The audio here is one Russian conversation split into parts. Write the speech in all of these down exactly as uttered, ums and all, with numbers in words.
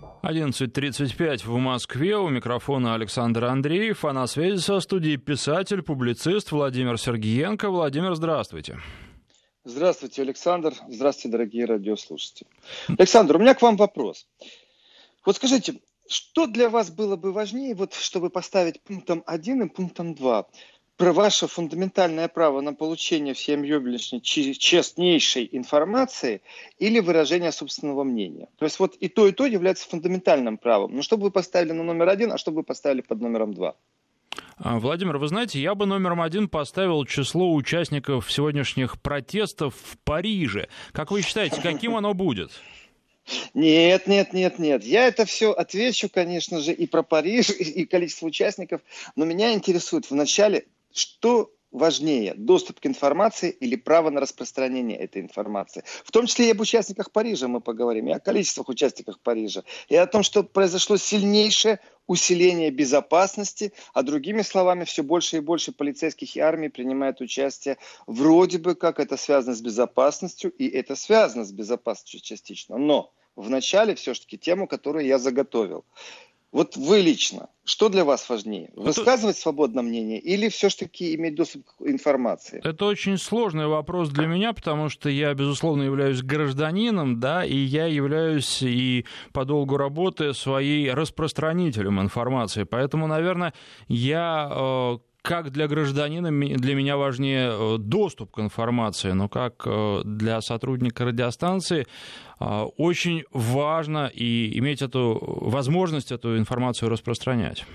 одиннадцать тридцать пять в Москве. У микрофона Александр Андреев, а на связи со студией писатель, публицист Владимир Сергиенко. Владимир, здравствуйте. Здравствуйте, Александр. Здравствуйте, дорогие радиослушатели. Александр, у меня к вам вопрос. Вот скажите, что для вас было бы важнее, вот, чтобы поставить пунктом один и пунктом два? Про ваше фундаментальное право на получение всем юбилейной честнейшей информации или выражение собственного мнения. То есть вот и то, и то является фундаментальным правом. Но что бы вы поставили на номер один, а что бы вы поставили под номером два? Владимир, вы знаете, я бы номером один поставил число участников сегодняшних протестов в Париже. Как вы считаете, каким оно будет? Нет, нет, нет, нет. Я это все отвечу, конечно же, и про Париж, и количество участников. Но меня интересует вначале, что важнее, доступ к информации или право на распространение этой информации. В том числе и об участниках Парижа мы поговорим, и о количествах участников Парижа, и о том, что произошло сильнейшее усиление безопасности, а другими словами, все больше и больше полицейских и армий принимают участие. Вроде бы как это связано с безопасностью, и это связано с безопасностью частично. Но вначале все-таки тему, которую я заготовил. Вот вы лично, что для вас важнее? Высказывать свободное мнение или все-таки иметь доступ к информации? Это очень сложный вопрос для меня, потому что я, безусловно, являюсь гражданином, да, и я являюсь и по долгу работы своей распространителем информации. Поэтому, наверное, я... Как для гражданина для меня важнее доступ к информации, но как для сотрудника радиостанции очень важно и иметь эту возможность эту информацию распространять.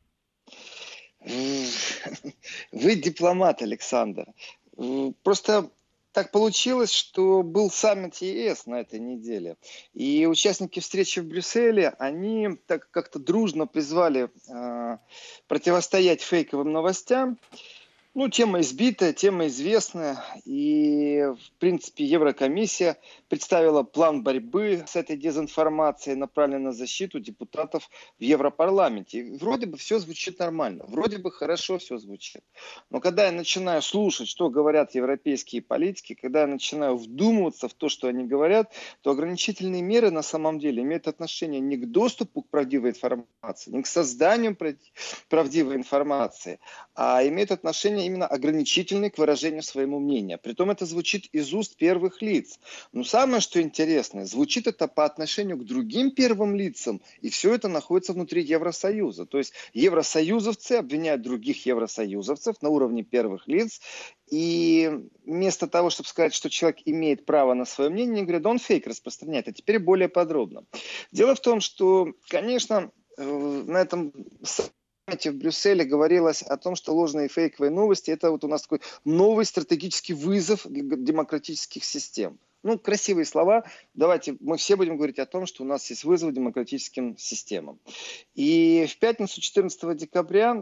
Вы дипломат, Александр. Просто так получилось, что был саммит ЕС на этой неделе. И участники встречи в Брюсселе, они так как-то дружно призвали э, противостоять фейковым новостям. Ну, тема избитая, тема известная. И, в принципе, Еврокомиссия представила план борьбы с этой дезинформацией, направленной на защиту депутатов в Европарламенте. И вроде бы все звучит нормально, вроде бы хорошо все звучит. Но когда я начинаю слушать, что говорят европейские политики, когда я начинаю вдумываться в то, что они говорят, то ограничительные меры на самом деле имеют отношение не к доступу к правдивой информации, не к созданию правдивой информации, а имеют отношение именно ограничительный к выражению своему мнения. Притом это звучит из уст первых лиц. Но самое, что интересно, звучит это по отношению к другим первым лицам, и все это находится внутри Евросоюза. То есть евросоюзовцы обвиняют других евросоюзовцев на уровне первых лиц, и вместо того, чтобы сказать, что человек имеет право на свое мнение, они говорят, да он фейк распространяет. А теперь более подробно. Дело в том, что, конечно, на этом в Брюсселе говорилось о том, что ложные и фейковые новости – это вот у нас такой новый стратегический вызов для демократических систем. Ну, красивые слова. Давайте мы все будем говорить о том, что у нас есть вызов демократическим системам. И в пятницу, четырнадцатого декабря,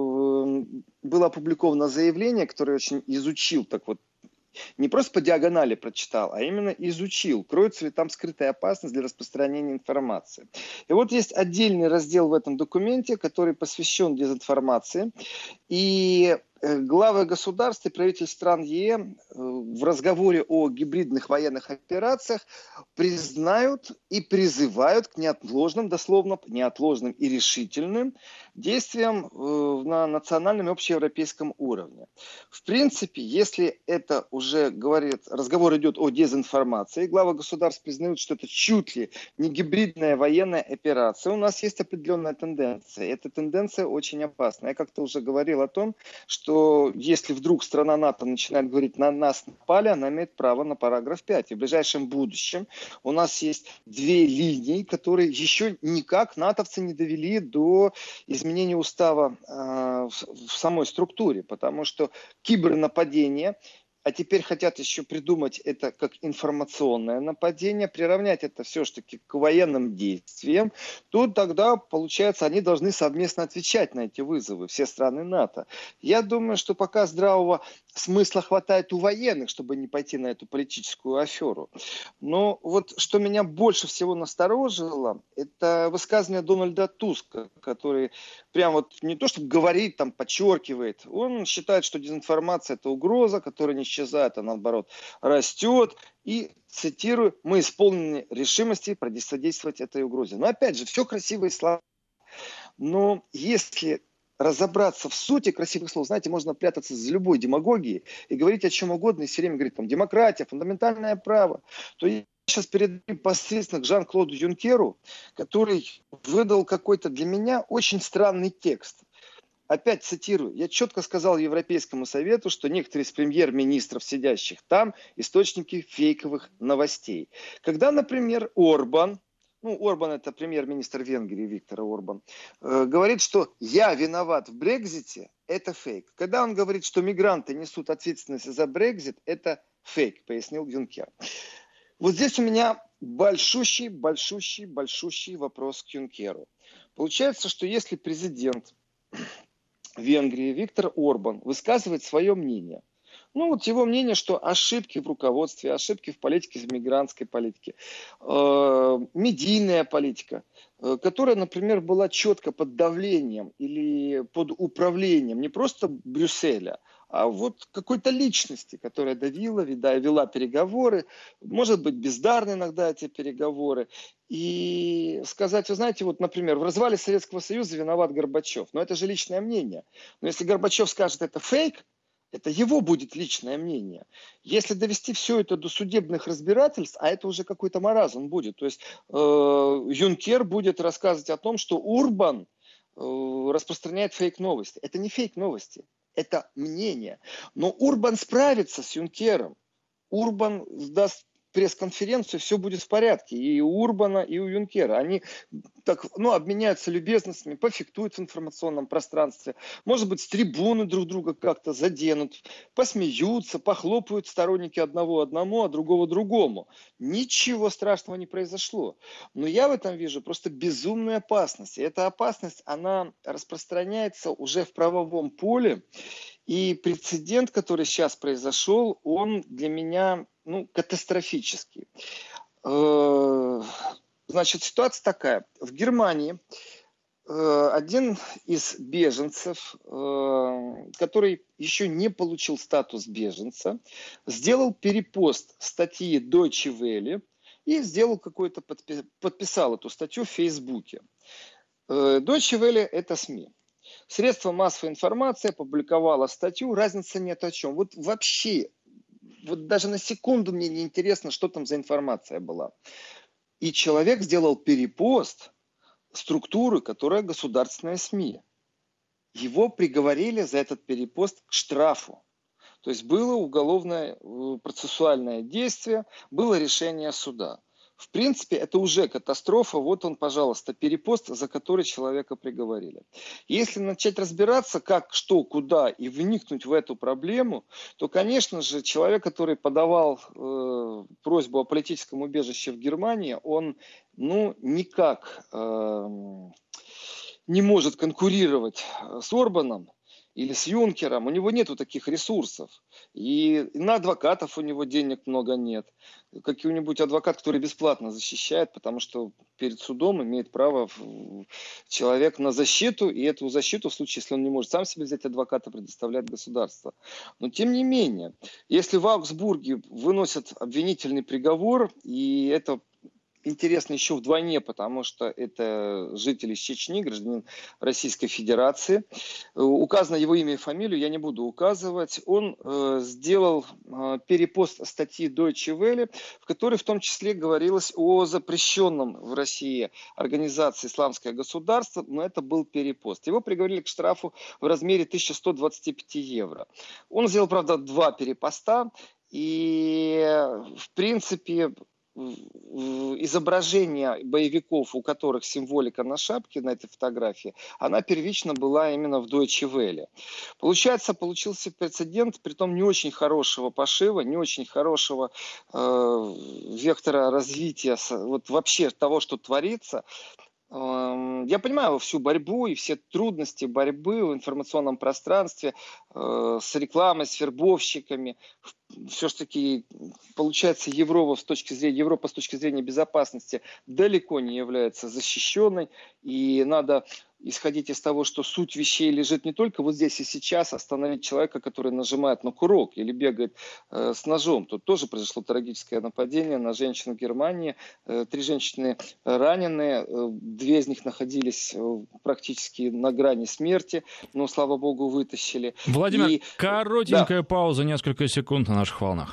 было опубликовано заявление, которое я очень изучил так вот, не просто по диагонали прочитал, а именно изучил, кроется ли там скрытая опасность для распространения информации. И вот есть отдельный раздел в этом документе, который посвящен дезинформации. И главы государств и правительств стран ЕС в разговоре о гибридных военных операциях признают и призывают к неотложным, дословно неотложным и решительным действиям на национальном и общеевропейском уровне. В принципе, если это уже говорит, разговор идет о дезинформации, главы государств признают, что это чуть ли не гибридная военная операция, у нас есть определенная тенденция. Эта тенденция очень опасна. Я как-то уже говорил о том, что что если вдруг страна НАТО начинает говорить, на нас напали, она имеет право на параграф пять. И в ближайшем будущем у нас есть две линии, которые еще никак натовцы не довели до изменения устава э, в самой структуре, потому что кибернападение, а теперь хотят еще придумать это как информационное нападение, приравнять это все-таки к военным действиям, то тогда, получается, они должны совместно отвечать на эти вызовы, все страны НАТО. Я думаю, что пока здравого смысла хватает у военных, чтобы не пойти на эту политическую аферу. Но вот что меня больше всего насторожило, это высказывание Дональда Туска, который прям вот не то чтобы говорит, там подчеркивает, он считает, что дезинформация это угроза, которая не исчезает, а наоборот растет. И, цитирую, мы исполнены решимости противодействовать этой угрозе. Но опять же, все красивые слова. Но если разобраться в сути красивых слов, знаете, можно прятаться за любой демагогией и говорить о чем угодно, и все время говорить, там, демократия, фундаментальное право, то я сейчас передаю непосредственно к Жан-Клоду Юнкеру, который выдал какой-то для меня очень странный текст. Опять цитирую, я четко сказал Европейскому Совету, что некоторые из премьер-министров, сидящих там, источники фейковых новостей. Когда, например, Орбан, ну, Орбан это премьер-министр Венгрии, Виктор Орбан, э, говорит, что я виноват в Брекзите, это фейк. Когда он говорит, что мигранты несут ответственность за Брекзит, это фейк, пояснил Юнкер. Вот здесь у меня большущий, большущий, большущий вопрос к Юнкеру. Получается, что если президент Венгрии Виктор Орбан высказывает свое мнение, ну вот его мнение, что ошибки в руководстве, ошибки в политике, в мигрантской политике, э, медийная политика, э, которая, например, была четко под давлением или под управлением не просто Брюсселя, а вот какой-то личности, которая давила, вела переговоры, может быть, бездарны иногда эти переговоры. И сказать, вы знаете, вот, например, в развале Советского Союза виноват Горбачев. Но это же личное мнение. Но если Горбачев скажет, это фейк, это его будет личное мнение. Если довести все это до судебных разбирательств, а это уже какой-то маразм будет. То есть э, Юнкер будет рассказывать о том, что Урбан э, распространяет фейк-новости. Это не фейк-новости. Это мнение. Но Урбан справится с Юнкером. Урбан даст пресс-конференцию, все будет в порядке. И у Урбана, и у Юнкера. Они так, ну, обменяются любезностями, пофиктуют в информационном пространстве. Может быть, с трибуны друг друга как-то заденут, посмеются, похлопают сторонники одного одному, а другого другому. Ничего страшного не произошло. Но я в этом вижу просто безумную опасность. И эта опасность, она распространяется уже в правовом поле. И прецедент, который сейчас произошел, он для меня ну, катастрофический. Значит, ситуация такая. В Германии один из беженцев, который еще не получил статус беженца, сделал перепост статьи Deutsche Welle и сделал какой-то, подписал эту статью в Фейсбуке. Deutsche Welle – это СМИ. Средство массовой информации опубликовало статью, разницы нет о чем. Вот вообще, вот даже на секунду мне не интересно, что там за информация была. И человек сделал перепост структуры, которая государственная СМИ. Его приговорили за этот перепост к штрафу. То есть было уголовное процессуальное действие, было решение суда. В принципе, это уже катастрофа. Вот он, пожалуйста, перепост, за который человека приговорили. Если начать разбираться, как, что, куда и вникнуть в эту проблему, то, конечно же, человек, который подавал э, просьбу о политическом убежище в Германии, он ну, никак э, не может конкурировать с Орбаном или с Юнкером, у него нет таких ресурсов. И на адвокатов у него денег много нет. Какой-нибудь адвокат, который бесплатно защищает, потому что перед судом имеет право человек на защиту, и эту защиту, в случае, если он не может сам себе взять адвоката, предоставляет государство. Но тем не менее, если в Аугсбурге выносят обвинительный приговор, и это интересно еще вдвойне, потому что это житель из Чечни, гражданин Российской Федерации. Указано его имя и фамилию, я не буду указывать. Он э, сделал э, перепост статьи Deutsche Welle, в которой в том числе говорилось о запрещенном в России организации «Исламское государство», но это был перепост. Его приговорили к штрафу в размере тысяча сто двадцать пять евро. Он сделал, правда, два перепоста, и в принципе изображение боевиков, у которых символика на шапке на этой фотографии, она первично была именно в Deutsche Welle. Получается, получился прецедент, притом не очень хорошего пошива, не очень хорошего э, вектора развития, вот вообще того, что творится. Я понимаю всю борьбу и все трудности борьбы в информационном пространстве э, с рекламой, с вербовщиками. Все-таки получается Европа с точки зрения, Европа с точки зрения безопасности далеко не является защищенной. И надо исходить из того, что суть вещей лежит не только вот здесь и сейчас, остановить человека, который нажимает на курок или бегает э, с ножом. Тут тоже произошло трагическое нападение на женщину в Германии. Э, три женщины ранены, э, две из них находились э, практически на грани смерти, но, слава богу, вытащили. Владимир, и... коротенькая да. пауза, несколько секунд на наших волнах.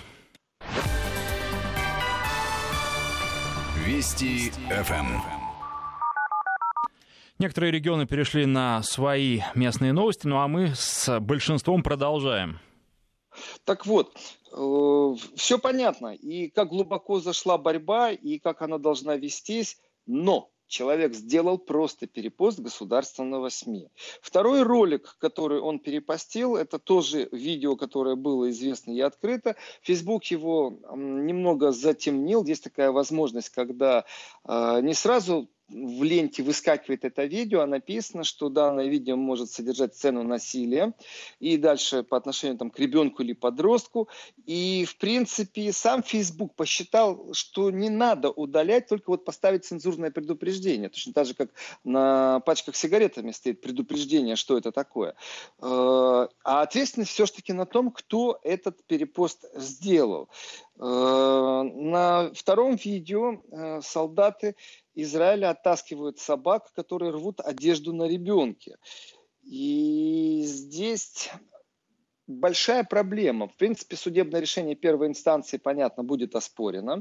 Вести эф эм. Некоторые регионы перешли на свои местные новости, ну а мы с большинством продолжаем. Так вот, э, все понятно, и как глубоко зашла борьба, и как она должна вестись, но человек сделал просто перепост государственного СМИ. Второй ролик, который он перепостил, это тоже видео, которое было известно и открыто. Facebook его немного затемнил. Есть такая возможность, когда э, не сразу в ленте выскакивает это видео, а написано, что данное видео может содержать сцену насилия и дальше по отношению там, к ребенку или подростку. И, в принципе, сам Facebook посчитал, что не надо удалять, только вот поставить цензурное предупреждение. Точно так же, как на пачках с сигаретами стоит предупреждение, что это такое. А ответственность все-таки на том, кто этот перепост сделал. На втором видео солдаты Израиля оттаскивают собак, которые рвут одежду на ребенке. И здесь большая проблема. В принципе, судебное решение первой инстанции, понятно, будет оспорено.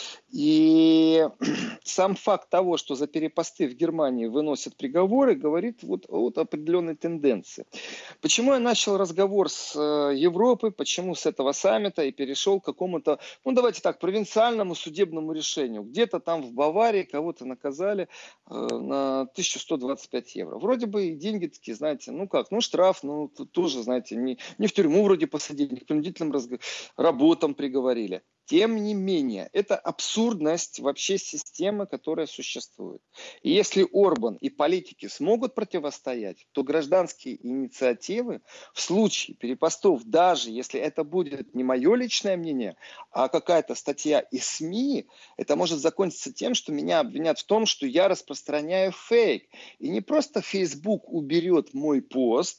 И сам факт того, что за перепосты в Германии выносят приговоры, говорит вот о вот определенной тенденции. Почему я начал разговор с Европой, почему с этого саммита и перешел к какому-то, ну давайте так, провинциальному судебному решению. Где-то там в Баварии кого-то наказали э, на тысячу сто двадцать пять евро. Вроде бы и деньги такие, знаете, ну как, ну штраф, ну тоже, знаете, не, не в тюрьму вроде посадили, к принудительным разг... работам приговорили. Тем не менее, это абсурдность вообще системы, которая существует. И если Орбан и политики смогут противостоять, то гражданские инициативы в случае перепостов, даже если это будет не мое личное мнение, а какая-то статья из СМИ, это может закончиться тем, что меня обвинят в том, что я распространяю фейк. И не просто Facebook уберет мой пост,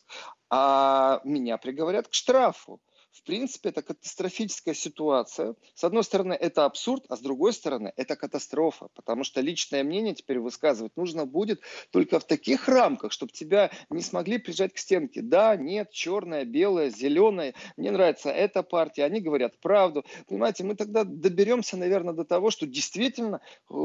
а меня приговорят к штрафу. В принципе, это катастрофическая ситуация. С одной стороны, это абсурд, а с другой стороны, это катастрофа. Потому что личное мнение теперь высказывать нужно будет только в таких рамках, чтобы тебя не смогли прижать к стенке. Да, нет, черное, белое, зеленое. Мне нравится эта партия, они говорят правду. Понимаете, мы тогда доберемся, наверное, до того, что действительно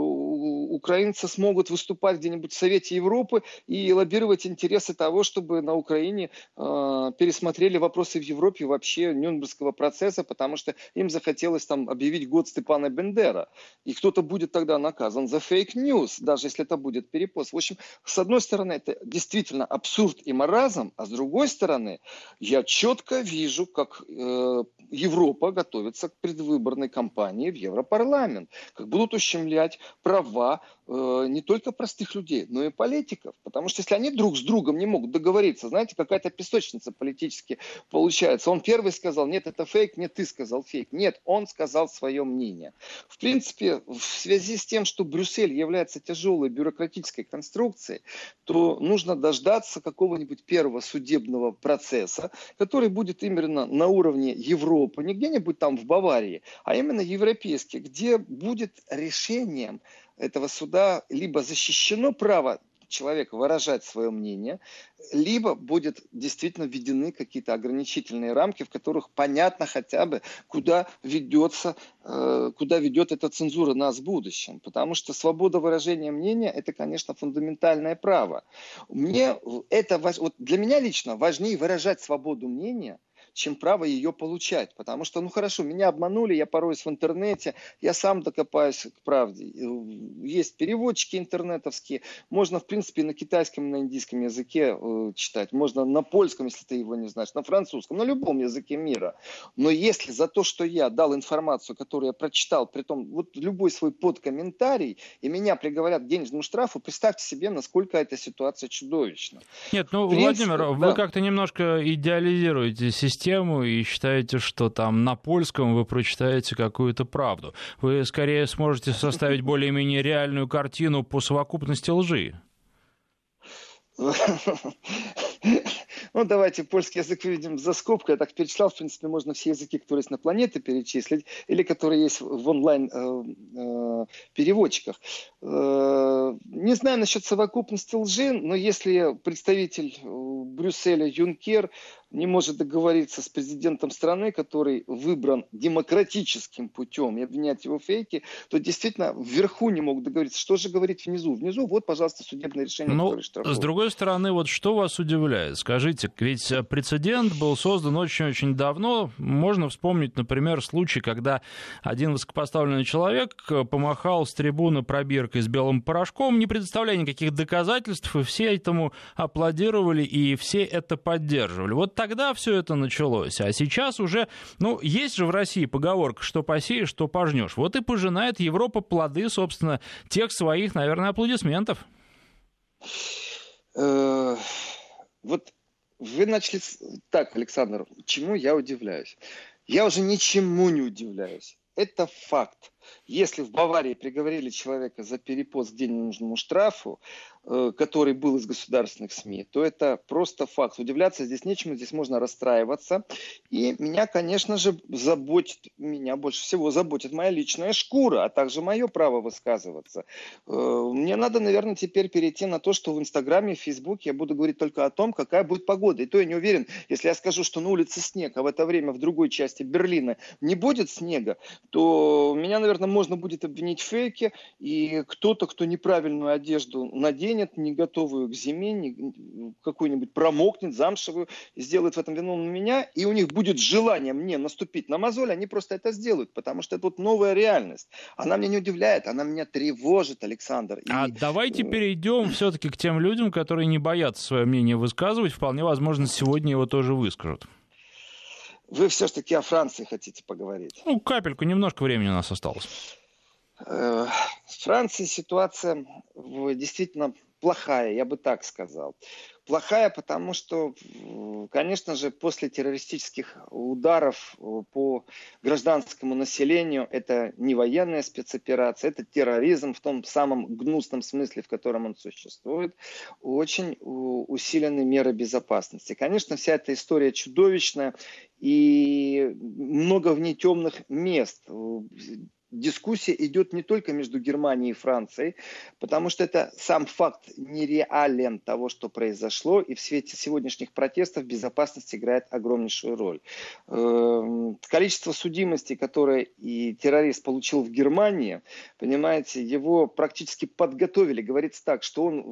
украинцы смогут выступать где-нибудь в Совете Европы и лоббировать интересы того, чтобы на Украине э, пересмотрели вопросы в Европе вообще Нюрнбергского процесса, потому что им захотелось там объявить год Степана Бендера. И кто-то будет тогда наказан за фейк-ньюс, даже если это будет перепост. В общем, с одной стороны, это действительно абсурд и маразм, а с другой стороны, я четко вижу, как э, Европа готовится к предвыборной кампании в Европарламент, как будут ущемлять права э, не только простых людей, но и политиков. Потому что если они друг с другом не могут договориться, знаете, какая-то песочница политически получается. Он первый сказал, нет, это фейк, нет, ты сказал фейк. Нет, он сказал свое мнение. В принципе, в связи с тем, что Брюссель является тяжелой бюрократической конструкцией, то нужно дождаться какого-нибудь первого судебного процесса, который будет именно на уровне Европы, не где-нибудь там в Баварии, а именно европейский, где будет решением этого суда либо защищено право человека выражать свое мнение, либо будет действительно введены какие-то ограничительные рамки, в которых понятно хотя бы, куда ведется, э, куда ведет эта цензура нас в будущем. Потому что свобода выражения мнения – это, конечно, фундаментальное право. Мне это, вот для меня лично важнее выражать свободу мнения, чем право ее получать. Потому что, ну хорошо, меня обманули, я пороюсь в интернете, я сам докопаюсь к правде. Есть переводчики интернетовские, можно, в принципе, на китайском и на индийском языке э, читать, можно на польском, если ты его не знаешь, на французском, на любом языке мира. Но если за то, что я дал информацию, которую я прочитал, притом вот любой свой подкомментарий, и меня приговорят к денежному штрафу, представьте себе, насколько эта ситуация чудовищна. Нет, ну, принципе, Владимир, да. Вы как-то немножко идеализируете систему и считаете, что там на польском вы прочитаете какую-то правду. Вы скорее сможете составить более-менее реальную картину по совокупности лжи. Ну, давайте польский язык выведем за скобку. Я так перечислял, в принципе, можно все языки, которые есть на планете, перечислить, или которые есть в онлайн-переводчиках. Не знаю насчет совокупности лжи, но если представитель Брюсселя Юнкер не может договориться с президентом страны, который выбран демократическим путем, и обвинять его в фейке, то действительно вверху не могут договориться. Что же говорить внизу? Внизу, вот, пожалуйста, судебное решение, Ну, которое штрафует. с другой стороны, вот что вас удивляет? Скажите, ведь прецедент был создан очень-очень давно. Можно вспомнить, например, случай, когда один высокопоставленный человек помахал с трибуны пробиркой с белым порошком, не предоставляя никаких доказательств, и все этому аплодировали, и все это поддерживали. Вот тогда все это началось. А сейчас уже, ну, есть же в России поговорка, что посеешь, что пожнешь. Вот и пожинает Европа плоды, собственно, тех своих, наверное, аплодисментов. Вот вы начали так, Александр, чему я удивляюсь? Я уже ничему не удивляюсь. Это факт. Если в Баварии приговорили человека за перепост к денежному штрафу, который был из государственных СМИ, то это просто факт. Удивляться здесь нечему, здесь можно расстраиваться. И меня, конечно же, заботит, меня больше всего заботит моя личная шкура, а также мое право высказываться. Мне надо, наверное, теперь перейти на то, что в Инстаграме, в Фейсбуке я буду говорить только о том, какая будет погода. И то я не уверен, если я скажу, что на улице снег, а в это время в другой части Берлина не будет снега, то меня, наверное, можно будет обвинить в фейке, и кто-то, кто неправильную одежду наденет, не готовую к зиме, не, какую-нибудь промокнет, замшевую, сделает в этом виновным меня, и у них будет желание мне наступить на мозоль, они просто это сделают, потому что это вот новая реальность. Она меня не удивляет, она меня тревожит, Александр. И... А давайте перейдем все-таки к тем людям, которые не боятся свое мнение высказывать, вполне возможно, сегодня его тоже выскажут. Вы все-таки о Франции хотите поговорить? Ну, капельку, немножко времени у нас осталось. В Франции ситуация действительно плохая, я бы так сказал. Плохая, потому что, конечно же, после террористических ударов по гражданскому населению, это не военная спецоперация, это терроризм в том самом гнусном смысле, в котором он существует, очень усилены меры безопасности. Конечно, вся эта история чудовищная и много в ней темных мест. Дискуссия идет не только между Германией и Францией, потому что это сам факт нереален того, что произошло, и в свете сегодняшних протестов безопасность играет огромнейшую роль. Количество судимостей, которое и террорист получил в Германии, понимаете, его практически подготовили. Говорится так, что он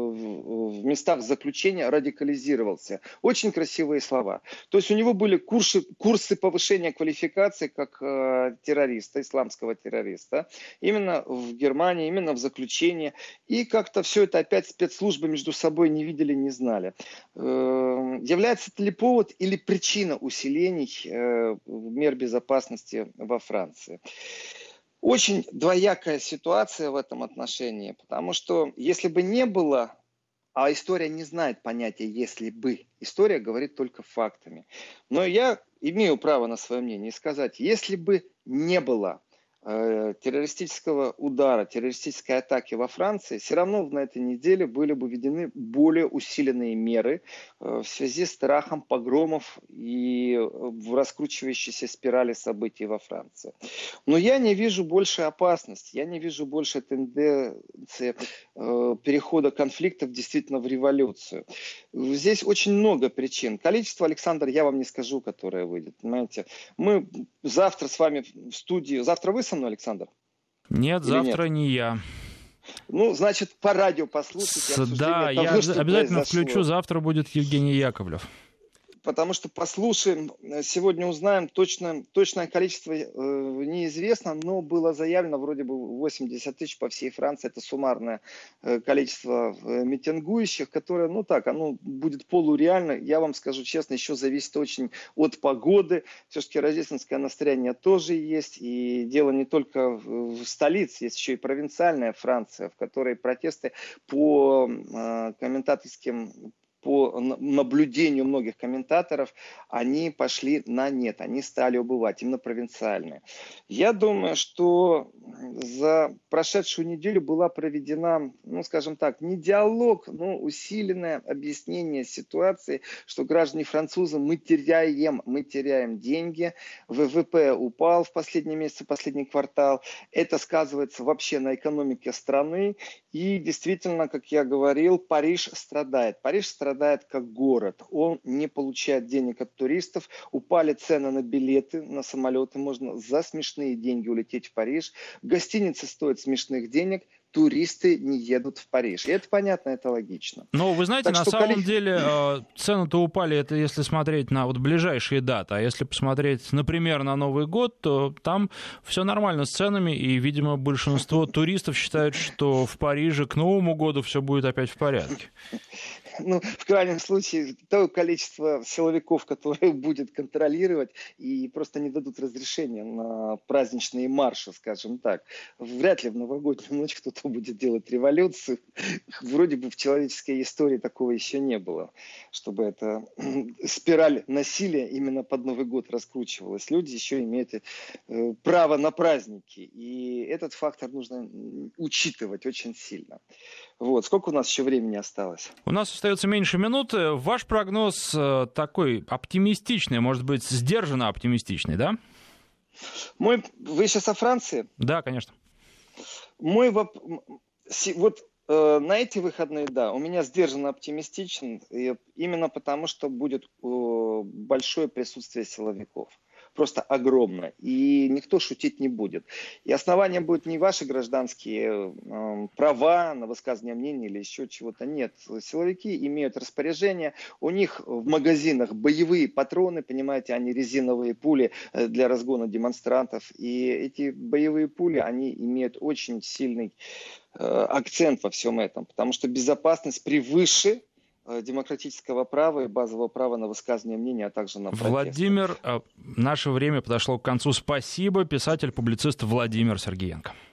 в местах заключения радикализировался. Очень красивые слова. То есть у него были курсы, курсы повышения квалификации как террориста, исламского террориста, именно в Германии, именно в заключении. И как-то все это опять спецслужбы между собой не видели, не знали. Является это ли повод или причина усилений мер безопасности во Франции? Очень двоякая ситуация в этом отношении, потому что если бы не было, а история не знает понятия «если бы», история говорит только фактами. Но я имею право на свое мнение сказать, если бы не было террористического удара, террористической атаки во Франции, все равно на этой неделе были бы введены более усиленные меры в связи с страхом погромов и в раскручивающейся спирали событий во Франции. Но я не вижу больше опасности, я не вижу больше тенденции перехода конфликтов действительно в революцию. Здесь очень много причин. Количество, Александр, я вам не скажу, которое выйдет. Понимаете? Мы завтра с вами в студии, завтра вы со мной, Александр? Нет, Или завтра нет? не я. Ну, значит, по радио послушайте. Да, того, я обязательно произошло. Включу. Завтра будет Евгений Яковлев. Потому что послушаем, сегодня узнаем, точно, точное количество э, неизвестно, но было заявлено вроде бы восемьдесят тысяч по всей Франции. Это суммарное э, количество э, митингующих, которое, ну так, оно будет полуреально. Я вам скажу честно, еще зависит очень от погоды. Все-таки рождественское настроение тоже есть. И дело не только в, в столице, есть еще и провинциальная Франция, в которой протесты по э, комментаторским по наблюдению многих комментаторов, они пошли на нет, они стали убывать, именно провинциальные. Я думаю, что за прошедшую неделю была проведена, ну, скажем так, не диалог, но усиленное объяснение ситуации, что граждане французы, мы теряем, мы теряем деньги, ВВП упал в последние месяцы, последний квартал, это сказывается вообще на экономике страны, и действительно, как я говорил, Париж страдает. Париж страдает как город, он не получает денег от туристов, упали цены на билеты, на самолеты, можно за смешные деньги улететь в Париж, гостиницы стоят смешных денег, туристы не едут в Париж. И это понятно, это логично. Но вы знаете, так на самом коли... деле цены-то упали, это если смотреть на вот ближайшие даты, а если посмотреть, например, на Новый год, то там все нормально с ценами, и, видимо, большинство туристов считают, что в Париже к Новому году все будет опять в порядке. Ну, в крайнем случае, то количество силовиков, которые будет контролировать и просто не дадут разрешения на праздничные марши, скажем так. Вряд ли в новогоднюю ночь кто-то будет делать революцию. Вроде бы в человеческой истории такого еще не было, чтобы эта спираль насилия именно под Новый год раскручивалась. Люди еще имеют право на праздники, и этот фактор нужно учитывать очень сильно. Вот. Сколько у нас еще времени осталось? У нас остается меньше минуты. Ваш прогноз такой оптимистичный, может быть, сдержанно оптимистичный, да? Мой... Вы сейчас о Франции? Да, конечно. Мой воп... Вот э, на эти выходные, да, у меня сдержанно оптимистичен, именно потому, что будет э, большое присутствие силовиков. Просто огромно. И никто шутить не будет. И основанием будут не ваши гражданские э, права на высказывание мнений или еще чего-то. Нет. Силовики имеют распоряжение. У них в магазинах боевые патроны, понимаете, они резиновые пули для разгона демонстрантов. И эти боевые пули, они имеют очень сильный э, акцент во всем этом. Потому что безопасность превыше демократического права и базового права на высказывание мнения, а также на протест. Владимир, наше время подошло к концу. Спасибо. Писатель-публицист Владимир Сергеенко.